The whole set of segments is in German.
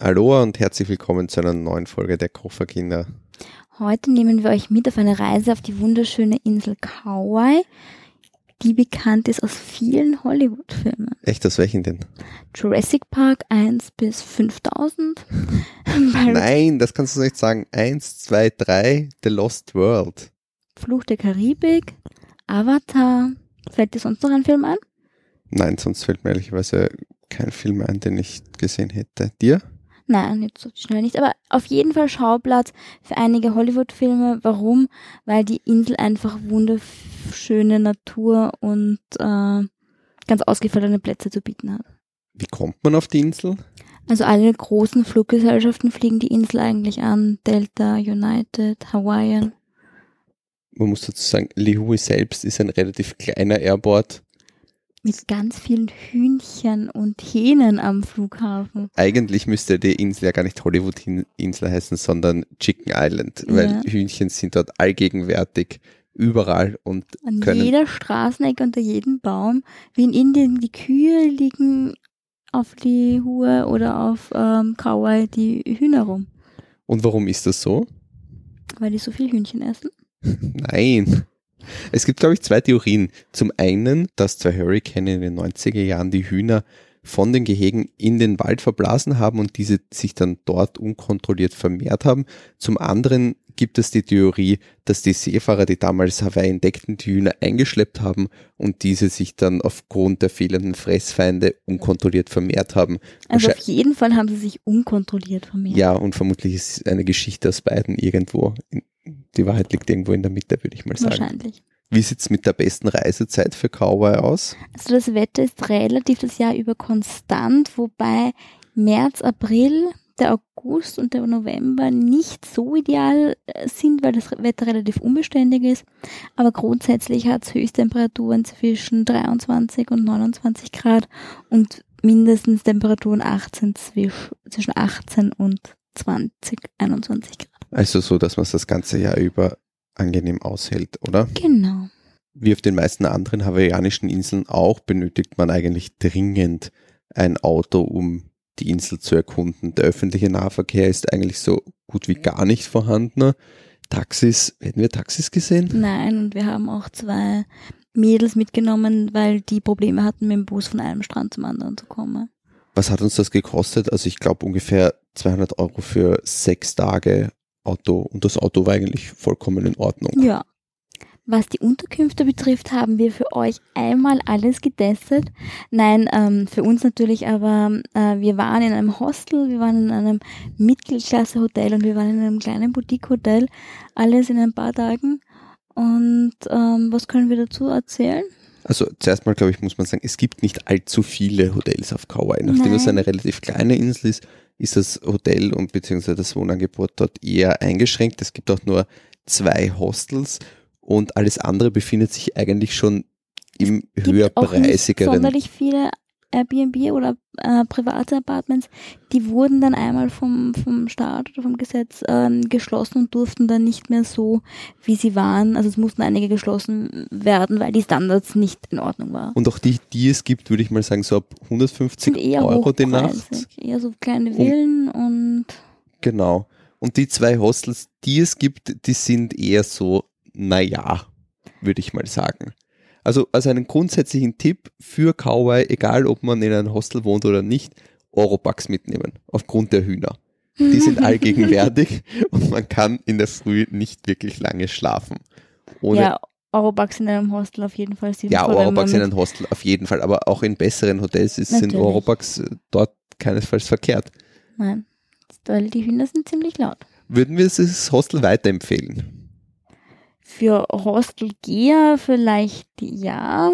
Aloha und herzlich willkommen zu einer neuen Folge der Kofferkinder. Heute nehmen wir euch mit auf eine Reise auf die wunderschöne Insel Kauai, die bekannt ist aus vielen Hollywood-Filmen. Echt, aus welchen denn? Jurassic Park 1 bis 5000. Nein, das kannst du nicht sagen. 1, 2, 3, The Lost World. Fluch der Karibik, Avatar. Fällt dir sonst noch ein Film ein? Nein, sonst fällt mir ehrlicherweise kein Film ein, den ich gesehen hätte. Dir? Nein, nicht so schnell nicht, aber auf jeden Fall Schauplatz für einige Hollywood-Filme. Warum? Weil die Insel einfach wunderschöne Natur und ganz ausgefallene Plätze zu bieten hat. Wie kommt man auf die Insel? Also alle großen Fluggesellschaften fliegen die Insel eigentlich an. Delta, United, Hawaiian. Man muss dazu sagen, Lihue selbst ist ein relativ kleiner Airport. Mit ganz vielen Hühnchen und Hähnen am Flughafen. Eigentlich müsste die Insel ja gar nicht Hollywood-Insel heißen, sondern Chicken Island, weil Hühnchen sind dort allgegenwärtig, überall und an können... jeder Straßenecke, unter jedem Baum, wie in Indien, die Kühe liegen auf Lihue oder auf Kauai die Hühner rum. Und warum ist das so? Weil die so viel Hühnchen essen? Nein. Es gibt, glaube ich, zwei Theorien. Zum einen, dass zwei Hurricane in den 90er Jahren die Hühner von den Gehegen in den Wald verblasen haben und diese sich dann dort unkontrolliert vermehrt haben. Zum anderen gibt es die Theorie, dass die Seefahrer, die damals Hawaii entdeckten, die Hühner eingeschleppt haben und diese sich dann aufgrund der fehlenden Fressfeinde unkontrolliert vermehrt haben. Also auf jeden Fall haben sie sich unkontrolliert vermehrt. Ja, und vermutlich ist eine Geschichte aus beiden irgendwo. Die Wahrheit liegt irgendwo in der Mitte, würde ich mal sagen. Wahrscheinlich. Wie sieht es mit der besten Reisezeit für Kauai aus? Also das Wetter ist relativ das Jahr über konstant, wobei März, April, der August und der November nicht so ideal sind, weil das Wetter relativ unbeständig ist. Aber grundsätzlich hat es Höchsttemperaturen zwischen 23 und 29 Grad und mindestens Temperaturen zwischen 18 und 20, 21 Grad. Also so, dass man es das ganze Jahr über angenehm aushält, oder? Genau. Wie auf den meisten anderen hawaiianischen Inseln auch, benötigt man eigentlich dringend ein Auto, um die Insel zu erkunden. Der öffentliche Nahverkehr ist eigentlich so gut wie gar nicht vorhanden. Taxis, hätten wir Taxis gesehen? Nein, und wir haben auch 2 Mädels mitgenommen, weil die Probleme hatten, mit dem Bus von einem Strand zum anderen zu kommen. Was hat uns das gekostet? Also ich glaube ungefähr 200 € für 6 Tage Auto, und das Auto war eigentlich vollkommen in Ordnung. Ja. Was die Unterkünfte betrifft, haben wir für euch einmal alles getestet. Nein, für uns natürlich, aber wir waren in einem Hostel, wir waren in einem Mittelklasse-Hotel und wir waren in einem kleinen Boutique-Hotel. Alles in ein paar Tagen. Und was können wir dazu erzählen? Also zuerst mal, glaube ich, muss man sagen, es gibt nicht allzu viele Hotels auf Kauai. Nachdem es eine relativ kleine Insel ist das Hotel und beziehungsweise das Wohnangebot dort eher eingeschränkt. Es gibt auch nur 2 Hostels und alles andere befindet sich eigentlich schon im höherpreisigeren. Nicht sonderlich viele Airbnb oder private Apartments, die wurden dann einmal vom Staat oder vom Gesetz geschlossen und durften dann nicht mehr so, wie sie waren. Also es mussten einige geschlossen werden, weil die Standards nicht in Ordnung waren. Und auch die es gibt, würde ich mal sagen, so ab 150 € die Nacht. Eher so kleine Villen und... Genau. Und die 2 Hostels, die es gibt, die sind eher so, naja, würde ich mal sagen. Also als einen grundsätzlichen Tipp für Kauai, egal ob man in einem Hostel wohnt oder nicht, Oropax mitnehmen, aufgrund der Hühner. Die sind allgegenwärtig und man kann in der Früh nicht wirklich lange schlafen. Ja, Oropax in einem Hostel auf jeden Fall. Ja, Oropax in einem Hostel auf jeden Fall, aber auch in besseren Hotels sind Oropax dort keinesfalls verkehrt. Nein, weil die Hühner sind ziemlich laut. Würden wir das Hostel weiterempfehlen? Für Hostelgeher vielleicht ja,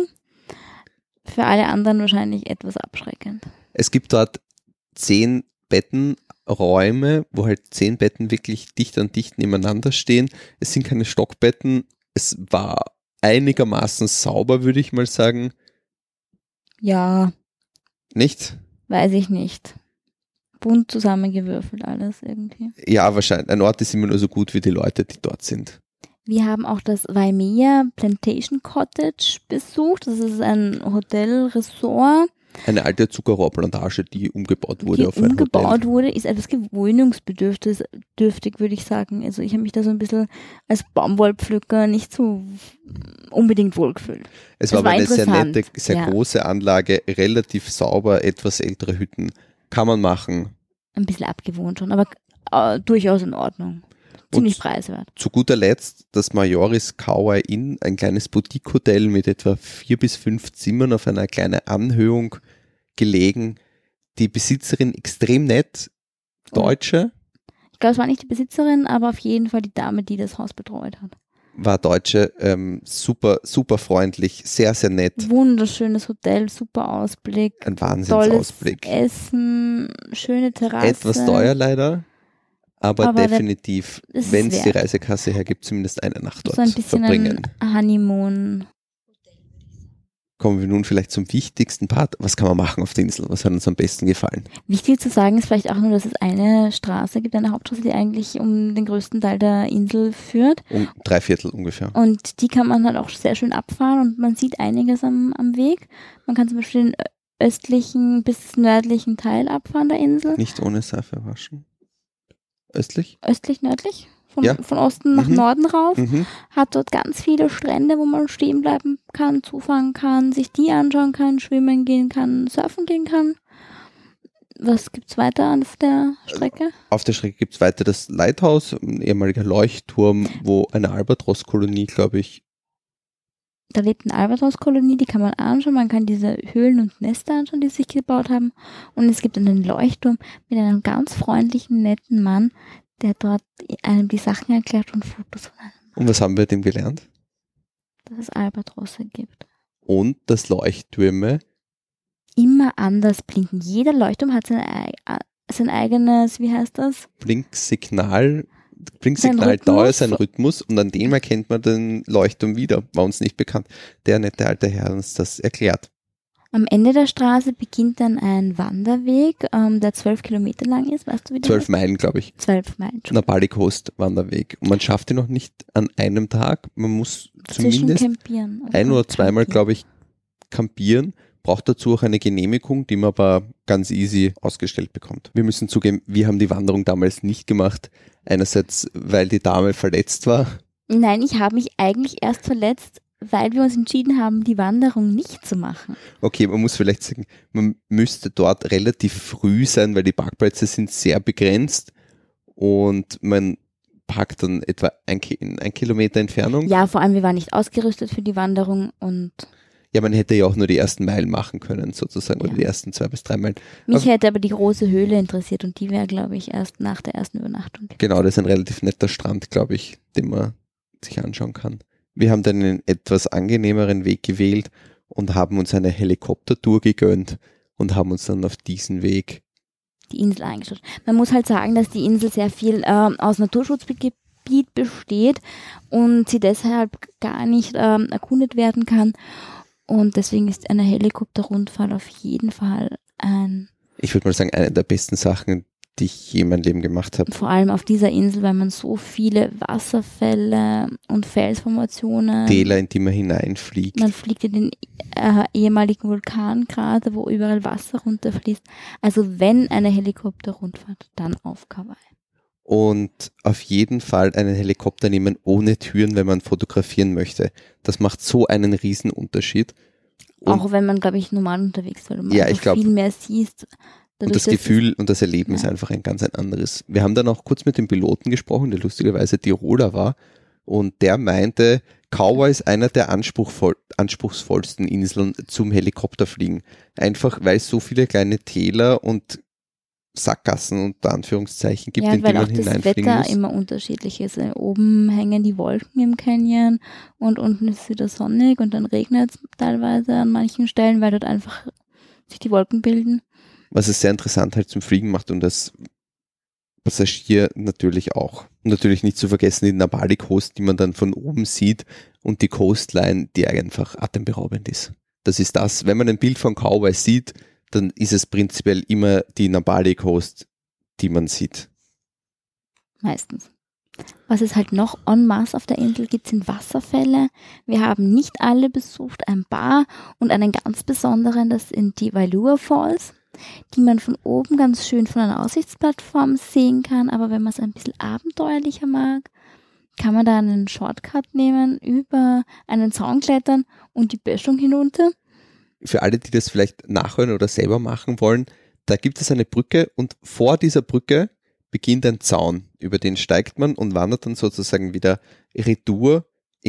für alle anderen wahrscheinlich etwas abschreckend. Es gibt dort 10 Bettenräume, wo halt 10 Betten wirklich dicht an dicht nebeneinander stehen. Es sind keine Stockbetten. Es war einigermaßen sauber, würde ich mal sagen. Ja. Nicht? Weiß ich nicht. Bunt zusammengewürfelt alles irgendwie. Ja, wahrscheinlich. Ein Ort ist immer nur so gut wie die Leute, die dort sind. Wir haben auch das Waimea Plantation Cottage besucht. Das ist ein Hotel-Resort Eine alte Zuckerrohrplantage, die umgebaut wurde Die auf ein umgebaut Hotel. wurde, ist etwas gewöhnungsbedürftig, würde ich sagen. Also ich habe mich da so ein bisschen als Baumwollpflücker nicht so unbedingt wohlgefühlt. Es war aber eine sehr interessant, nette, sehr ja. große Anlage, relativ sauber, etwas ältere Hütten. Kann man machen. Ein bisschen abgewohnt schon, aber durchaus in Ordnung. Ziemlich preiswert. Zu guter Letzt das Majoris Kauai Inn, ein kleines Boutique-Hotel mit etwa 4 bis 5 Zimmern auf einer kleinen Anhöhung gelegen. Die Besitzerin extrem nett, Deutsche, Ich glaube, es war nicht die Besitzerin, aber auf jeden Fall die Dame, die das Haus betreut hat. war Deutsche, super, super freundlich, sehr, sehr nett. Wunderschönes Hotel, super Ausblick, Ein tolles Wahnsinnsausblick. Essen, schöne Terrasse. Etwas teuer leider, aber definitiv, es ist wenn es die wert. Reisekasse hergibt, zumindest eine Nacht dort So ein bisschen verbringen. ein Honeymoon. Kommen wir nun vielleicht zum wichtigsten Part. Was kann man machen auf der Insel? Was hat uns am besten gefallen? Wichtig zu sagen ist vielleicht auch nur, dass es eine Straße gibt, eine Hauptstraße, die eigentlich um den größten Teil der Insel führt. Um 3/4 ungefähr. Und die kann man halt auch sehr schön abfahren und man sieht einiges am Weg. Man kann zum Beispiel den östlichen bis nördlichen Teil abfahren der Insel. Nicht ohne Seife waschen. Östlich? Östlich, nördlich? Ja. Von Osten nach Norden rauf. Mhm. Hat dort ganz viele Strände, wo man stehen bleiben kann, zufahren kann, sich die anschauen kann, schwimmen gehen kann, surfen gehen kann. Was gibt's weiter auf der Strecke? Auf der Strecke gibt es weiter das Lighthouse, ein ehemaliger Leuchtturm, wo eine Albatross-Kolonie, glaube ich. Da lebt eine Albatros-Kolonie, die kann man anschauen. Man kann diese Höhlen und Nester anschauen, die sie sich gebaut haben. Und es gibt einen Leuchtturm mit einem ganz freundlichen, netten Mann, der dort einem die Sachen erklärt und Fotos von einem, Und was haben wir dem gelernt? dass es Albatrosse gibt. Und dass Leuchttürme Immer anders blinken. Jeder Leuchtturm hat sein eigenes, wie heißt das? Blinksignal Sein Dauer, Rhythmus. sein Rhythmus und an dem erkennt man den Leuchtturm wieder. War uns nicht bekannt. Der nette alte Herr hat uns das erklärt. Am Ende der Straße beginnt dann ein Wanderweg, der 12 Kilometer lang ist. Weißt du, wie der 12 heißt? Meilen, glaube ich. 12 Meilen. Napali Coast Wanderweg. Und man schafft ihn noch nicht an einem Tag. Man muss Zwischen zumindest campieren. ein- oder zweimal, glaube ich, campieren. Braucht dazu auch eine Genehmigung, die man aber ganz easy ausgestellt bekommt. Wir müssen zugeben, wir haben die Wanderung damals nicht gemacht. Einerseits, weil die Dame verletzt war. Nein, ich habe mich eigentlich erst verletzt, weil wir uns entschieden haben, die Wanderung nicht zu machen. Okay, man muss vielleicht sagen, man müsste dort relativ früh sein, weil die Parkplätze sind sehr begrenzt und man parkt dann etwa ein Kilometer Entfernung. Ja, vor allem, wir waren nicht ausgerüstet für die Wanderung und Ja, man hätte ja auch nur die ersten Meilen machen können, sozusagen, oder Ja. die ersten 2 bis 3 Meilen. mich hätte aber die große Höhle interessiert und die wäre, glaube ich, erst nach der ersten Übernachtung. Genau, das ist ein relativ netter Strand, glaube ich, den man sich anschauen kann. Wir haben dann einen etwas angenehmeren Weg gewählt und haben uns eine Helikoptertour gegönnt und haben uns dann auf diesen Weg. Die Insel eingeschaut. Man muss halt sagen, dass die Insel sehr viel aus Naturschutzgebiet besteht und sie deshalb gar nicht erkundet werden kann. Und deswegen ist eine Helikopterrundfahrt auf jeden Fall Ich würde mal sagen, eine der besten Sachen, die ich je in meinem Leben gemacht habe. vor allem auf dieser Insel, weil man so viele Wasserfälle und Felsformationen. Täler, in die man hineinfliegt. Man fliegt in den ehemaligen Vulkankrater, wo überall Wasser runterfließt. Also wenn eine Helikopterrundfahrt, dann auf Kauai. Und auf jeden Fall einen Helikopter nehmen ohne Türen, wenn man fotografieren möchte. Das macht so einen riesen Unterschied. Und, Auch wenn man, glaube ich, normal unterwegs ist, weil du Ja, einfach ich glaub- viel mehr siehst. und Dadurch, das dass Gefühl und das Erleben Ja. ist einfach ein ganz anderes. Wir haben dann auch kurz mit dem Piloten gesprochen, der lustigerweise Tiroler war. Und der meinte, Kauai ist einer der anspruchsvollsten Inseln zum Helikopterfliegen. Einfach weil es so viele kleine Täler und Sackgassen unter Anführungszeichen gibt, ja, in die weil man auch das hineinfliegen Wetter muss. immer unterschiedlich ist. Oben hängen die Wolken im Canyon und unten ist es wieder sonnig und dann regnet es teilweise an manchen Stellen, weil dort einfach sich die Wolken bilden. Was es sehr interessant halt zum Fliegen macht und das Passagier natürlich auch. Und natürlich nicht zu vergessen die Napali Coast, die man dann von oben sieht und die Coastline, die einfach atemberaubend ist. Das ist das, wenn man ein Bild von Kauai sieht, dann ist es prinzipiell immer die Napali Coast, die man sieht. Meistens. Was es halt noch en masse auf der Insel gibt, sind Wasserfälle. Wir haben nicht alle besucht, ein paar und einen ganz besonderen, das sind die Wailua Falls, die man von oben ganz schön von einer Aussichtsplattform sehen kann. Aber wenn man es ein bisschen abenteuerlicher mag, kann man da einen Shortcut nehmen, über einen Zaun klettern und die Böschung hinunter. Für alle, die das vielleicht nachhören oder selber machen wollen, da gibt es eine Brücke und vor dieser Brücke beginnt ein Zaun, über den steigt man und wandert dann sozusagen wieder retour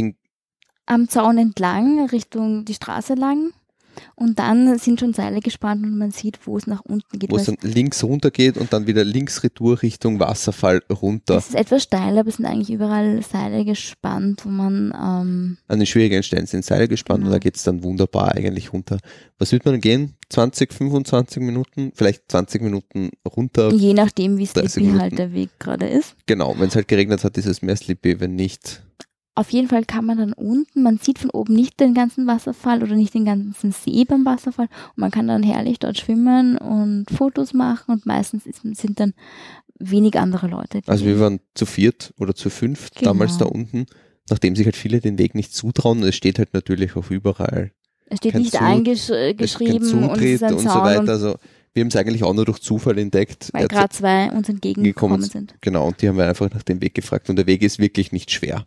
am Zaun entlang, Richtung die Straße lang. Und dann sind schon Seile gespannt und man sieht, wo es nach unten geht. Wo es dann links runter geht und dann wieder links retour Richtung Wasserfall runter. Es ist etwas steil, aber es sind eigentlich überall Seile gespannt, wo man... An den schwierigen Stellen sind Seile gespannt und da geht es dann wunderbar eigentlich runter. Was wird man gehen? 20, 25 Minuten? Vielleicht 20 Minuten runter? Je nachdem, wie sleepy halt der Weg gerade ist. Genau, wenn es halt geregnet hat, ist es mehr sleepy, wenn nicht... Auf jeden Fall kann man dann unten, man sieht von oben nicht den ganzen Wasserfall oder nicht den ganzen See beim Wasserfall und man kann dann herrlich dort schwimmen und Fotos machen und meistens sind dann wenig andere Leute. Also wir waren zu 4 oder zu 5 damals da unten, nachdem sich halt viele den Weg nicht zutrauen. Es steht halt natürlich auch überall. Es steht nicht eingeschrieben und es ist ein Zaun so weiter. Also wir haben es eigentlich auch nur durch Zufall entdeckt. Weil gerade 2 uns entgegengekommen sind. Genau, und die haben wir einfach nach dem Weg gefragt und der Weg ist wirklich nicht schwer.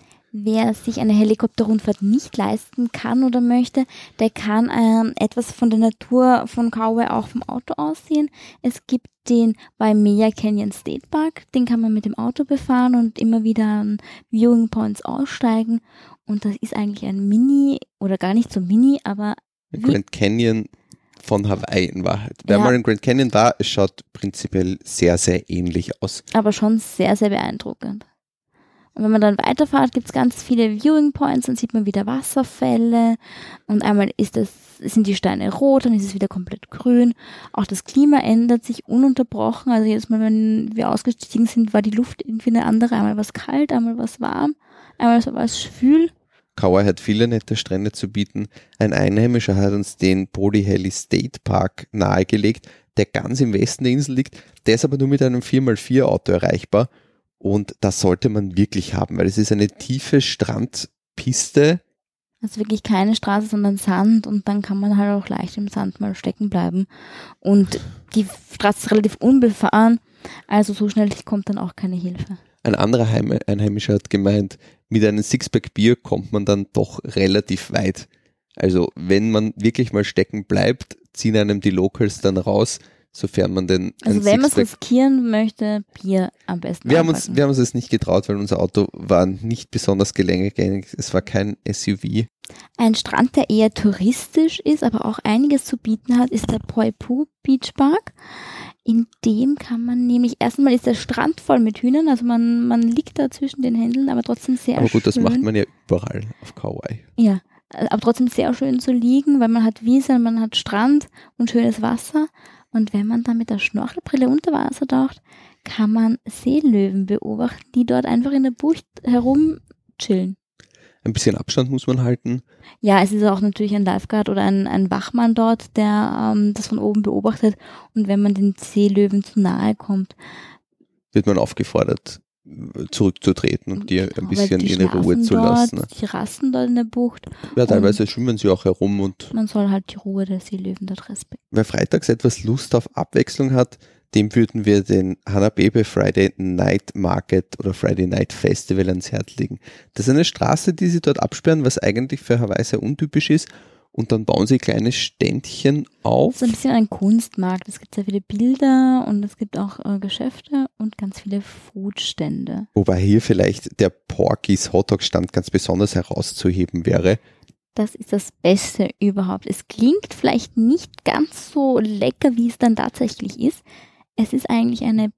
Wer sich eine Helikopterrundfahrt nicht leisten kann oder möchte, der kann etwas von der Natur von Kauai auch vom Auto aus sehen. Es gibt den Waimea Canyon State Park, den kann man mit dem Auto befahren und immer wieder an Viewing Points aussteigen. Und das ist eigentlich ein Mini, oder gar nicht so Mini, aber... Grand Canyon von Hawaii in Wahrheit. Wer mal in Grand Canyon war, es schaut prinzipiell sehr, sehr ähnlich aus. Aber schon sehr, sehr beeindruckend. Und wenn man dann weiterfährt, gibt es ganz viele Viewing Points, dann sieht man wieder Wasserfälle und einmal sind die Steine rot, dann ist es wieder komplett grün. Auch das Klima ändert sich ununterbrochen, also jedes Mal, wenn wir ausgestiegen sind, war die Luft irgendwie eine andere. Einmal war es kalt, einmal war es warm, einmal war es schwül. Kauai hat viele nette Strände zu bieten. Ein Einheimischer hat uns den Polyheli State Park nahegelegt, der ganz im Westen der Insel liegt. Der ist aber nur mit einem 4x4 Auto erreichbar. Und das sollte man wirklich haben, weil es ist eine tiefe Strandpiste. Also wirklich keine Straße, sondern Sand und dann kann man halt auch leicht im Sand mal stecken bleiben. Und die Straße ist relativ unbefahren, also so schnell kommt dann auch keine Hilfe. Ein anderer Einheimischer hat gemeint, mit einem Sixpack Bier kommt man dann doch relativ weit. Also wenn man wirklich mal stecken bleibt, ziehen einem die Locals dann raus, sofern man den... Also wenn man es riskieren möchte, Bier am besten. Wir haben uns es nicht getraut, weil unser Auto war nicht besonders geländegängig. Es war kein SUV. Ein Strand, der eher touristisch ist, aber auch einiges zu bieten hat, ist der Poipu Beach Park. In dem kann man nämlich, erstmal ist der Strand voll mit Hühnern, also man liegt da zwischen den Händeln, aber trotzdem sehr schön. Aber gut, das macht man ja überall auf Kauai. Ja, aber trotzdem sehr schön zu liegen, weil man hat Wiese, man hat Strand und schönes Wasser. Und wenn man dann mit der Schnorchelbrille unter Wasser taucht, kann man Seelöwen beobachten, die dort einfach in der Bucht herumchillen. Ein bisschen Abstand muss man halten. Ja, es ist auch natürlich ein Lifeguard oder ein Wachmann dort, der das von oben beobachtet. Und wenn man den Seelöwen zu nahe kommt, wird man aufgefordert, zurückzutreten und die ein bisschen ihre Ruhe zu lassen. Die rasten dort in der Bucht. Ja, teilweise schwimmen sie auch herum und man soll halt die Ruhe der Seelöwen dort respektieren. Wer freitags etwas Lust auf Abwechslung hat, dem würden wir den Hanabebe Friday Night Market oder Friday Night Festival ans Herz legen. Das ist eine Straße, die sie dort absperren, was eigentlich für Hawaii sehr untypisch ist. Und dann bauen sie kleine Ständchen auf. So ein bisschen ein Kunstmarkt. Es gibt sehr viele Bilder und es gibt auch Geschäfte und ganz viele Foodstände. Wobei hier vielleicht der Porky's Hotdog-Stand ganz besonders herauszuheben wäre. Das ist das Beste überhaupt. Es klingt vielleicht nicht ganz so lecker, wie es dann tatsächlich ist. Es ist eigentlich ein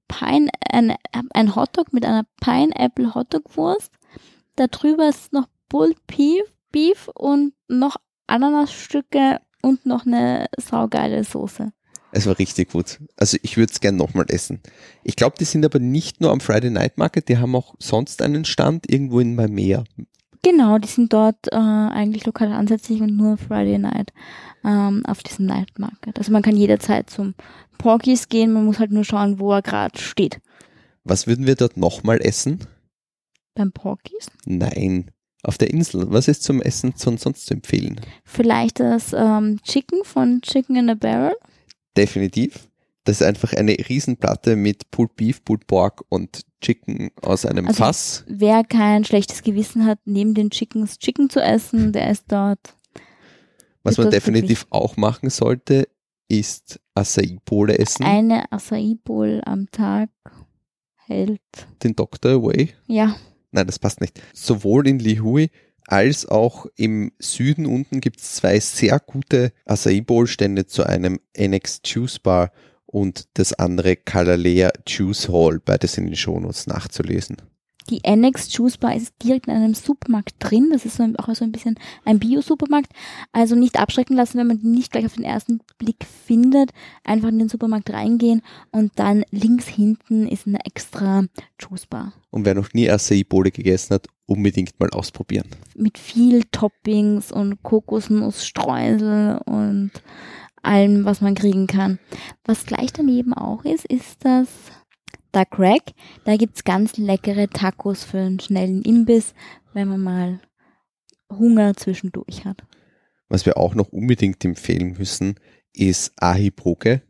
Hotdog mit einer Pineapple Hotdog-Wurst. Darüber ist noch Pulled Beef und noch Ananasstücke und noch eine saugeile Soße. Es war richtig gut. Also ich würde es gerne nochmal essen. Ich glaube, die sind aber nicht nur am Friday Night Market, die haben auch sonst einen Stand irgendwo in Waimea. Genau, die sind dort eigentlich lokal ansässig und nur Friday Night auf diesem Night Market. Also man kann jederzeit zum Porky's gehen, man muss halt nur schauen, wo er gerade steht. Was würden wir dort nochmal essen? Beim Porkies? Nein, auf der Insel. Was ist zum Essen sonst zu empfehlen? Vielleicht das Chicken von Chicken in a Barrel? Definitiv. Das ist einfach eine Riesenplatte mit Pulled Beef, Pulled Pork und Chicken aus einem Fass. Wer kein schlechtes Gewissen hat, neben den Chickens Chicken zu essen, der ist dort. Was man definitiv auch machen sollte, ist Acai-Bowle essen. Eine Acai-Bowl am Tag hält Den Doktor away. Ja. Nein, das passt nicht. Sowohl in Lihue als auch im Süden unten gibt es 2 sehr gute Acai-Bowl-Stände zu einem NX Juice Bar und das andere Kalalea Juice Hall, beides in den Shownotes nachzulesen. Die NX Juice Bar ist direkt in einem Supermarkt drin. Das ist auch so ein bisschen ein Bio-Supermarkt. Also nicht abschrecken lassen, wenn man die nicht gleich auf den ersten Blick findet. Einfach in den Supermarkt reingehen und dann links hinten ist eine extra Juice Bar. Und wer noch nie Acai-Bowle gegessen hat, unbedingt mal ausprobieren. Mit viel Toppings und Kokosnussstreusel und allem, was man kriegen kann. Was gleich daneben auch ist das Duck Rack. Da gibt's ganz leckere Tacos für einen schnellen Imbiss, wenn man mal Hunger zwischendurch hat. Was wir auch noch unbedingt empfehlen müssen, ist Ahi Poke.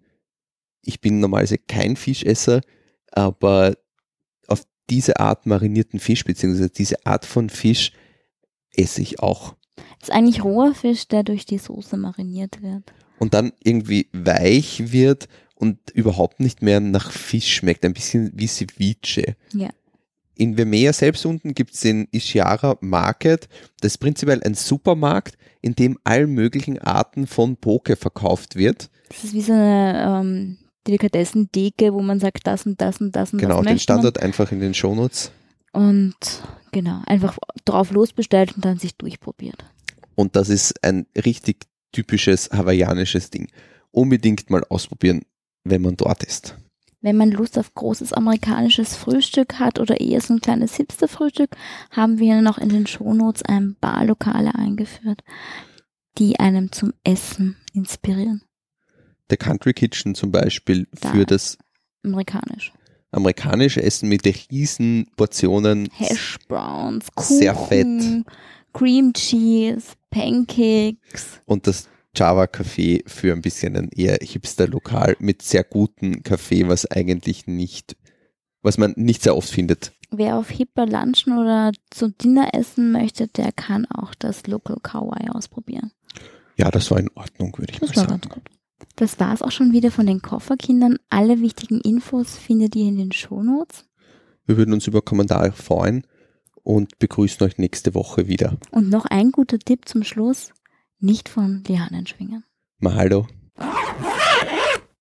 Ich bin normalerweise kein Fischesser, aber auf diese Art marinierten Fisch, beziehungsweise diese Art von Fisch, esse ich auch. Das ist eigentlich roher Fisch, der durch die Soße mariniert wird. Und dann irgendwie weich wird und überhaupt nicht mehr nach Fisch schmeckt. Ein bisschen wie Ceviche. Ja. In Vemea selbst unten gibt es den Ishihara Market. Das ist prinzipiell ein Supermarkt, in dem all möglichen Arten von Poke verkauft wird. Das ist wie so eine Delikatessendecke, wo man sagt, das und das und das und genau, das. Genau, den Standort einfach in den Shownotes. Und genau, einfach drauf losbestellt und dann sich durchprobiert. Und das ist ein richtig typisches hawaiianisches Ding. Unbedingt mal ausprobieren, wenn man dort ist. Wenn man Lust auf großes amerikanisches Frühstück hat oder eher so ein kleines Hipster-Frühstück, haben wir noch in den Shownotes ein paar Lokale eingeführt, die einem zum Essen inspirieren. Der Country Kitchen zum Beispiel für das amerikanische Essen mit riesen Portionen. Hash Browns, Kuchen, sehr fett. Cream Cheese, Pancakes. Und das Java Café für ein bisschen ein eher Hipster-Lokal mit sehr gutem Kaffee, was man nicht sehr oft findet. Wer auf Hipper lunchen oder zu Dinner essen möchte, der kann auch das Local Kauai ausprobieren. Ja, das war in Ordnung, würde ich mal sagen. Ganz gut. Das war es auch schon wieder von den Kofferkindern. Alle wichtigen Infos findet ihr in den Shownotes. Wir würden uns über Kommentare freuen und begrüßen euch nächste Woche wieder. Und noch ein guter Tipp zum Schluss: nicht von Lianen schwingen. Mahalo.